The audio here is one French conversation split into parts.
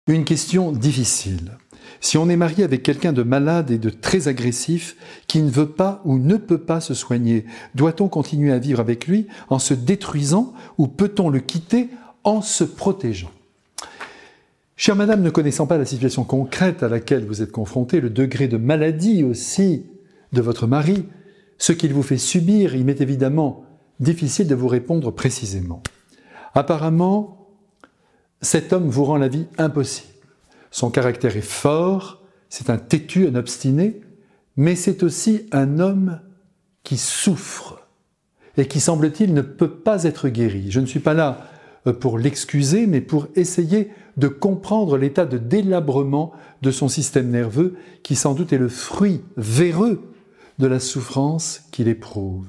Une question difficile. Si on est marié avec quelqu'un de malade et de très agressif, qui ne veut pas ou ne peut pas se soigner, doit-on continuer à vivre avec lui en se détruisant ou peut-on le quitter en se protégeant ? Chère madame, ne connaissant pas la situation concrète à laquelle vous êtes confrontée, le degré de maladie aussi de votre mari, ce qu'il vous fait subir, il m'est évidemment difficile de vous répondre précisément. Apparemment, cet homme vous rend la vie impossible. Son caractère est fort, c'est un têtu, un obstiné, mais c'est aussi un homme qui souffre et qui, semble-t-il, ne peut pas être guéri. Je ne suis pas là pour l'excuser, mais pour essayer de comprendre l'état de délabrement de son système nerveux qui sans doute est le fruit véreux de la souffrance qu'il éprouve.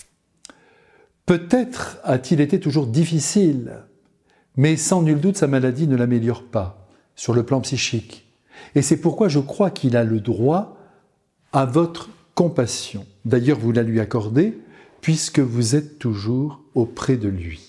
Peut-être a-t-il été toujours difficile, mais sans nul doute sa maladie ne l'améliore pas sur le plan psychique. Et c'est pourquoi je crois qu'il a le droit à votre compassion. D'ailleurs, vous la lui accordez puisque vous êtes toujours auprès de lui.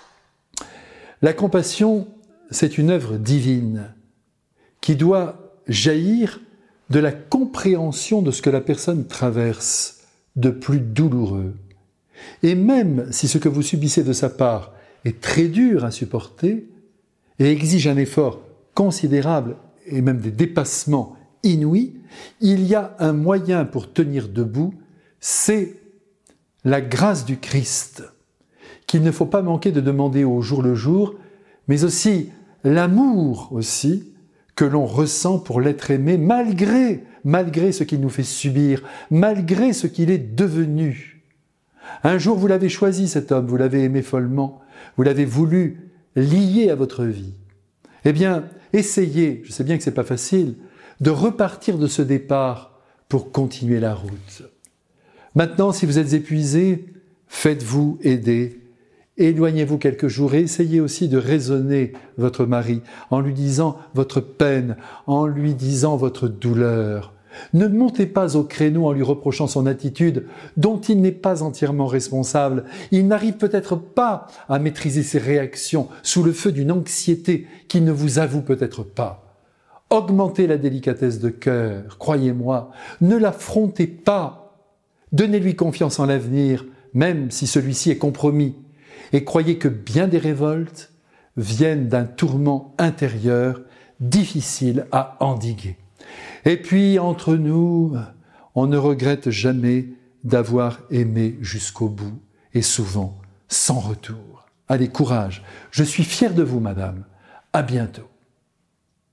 La compassion, c'est une œuvre divine qui doit jaillir de la compréhension de ce que la personne traverse de plus douloureux. Et même si ce que vous subissez de sa part est très dur à supporter et exige un effort considérable et même des dépassements inouïs, il y a un moyen pour tenir debout, c'est la grâce du Christ, qu'il ne faut pas manquer de demander au jour le jour, mais aussi l'amour aussi que l'on ressent pour l'être aimé malgré ce qu'il nous fait subir, malgré ce qu'il est devenu. Un jour vous l'avez choisi cet homme, vous l'avez aimé follement, vous l'avez voulu lier à votre vie. Eh bien, essayez, je sais bien que ce n'est pas facile, de repartir de ce départ pour continuer la route. Maintenant, si vous êtes épuisé, faites-vous aider. Éloignez-vous quelques jours et essayez aussi de raisonner votre mari en lui disant votre peine, en lui disant votre douleur. Ne montez pas au créneau en lui reprochant son attitude dont il n'est pas entièrement responsable. Il n'arrive peut-être pas à maîtriser ses réactions sous le feu d'une anxiété qu'il ne vous avoue peut-être pas. Augmentez la délicatesse de cœur, croyez-moi, ne l'affrontez pas. Donnez-lui confiance en l'avenir, même si celui-ci est compromis. Et croyez que bien des révoltes viennent d'un tourment intérieur difficile à endiguer. Et puis, entre nous, on ne regrette jamais d'avoir aimé jusqu'au bout, et souvent sans retour. Allez, courage. Je suis fier de vous, madame. À bientôt.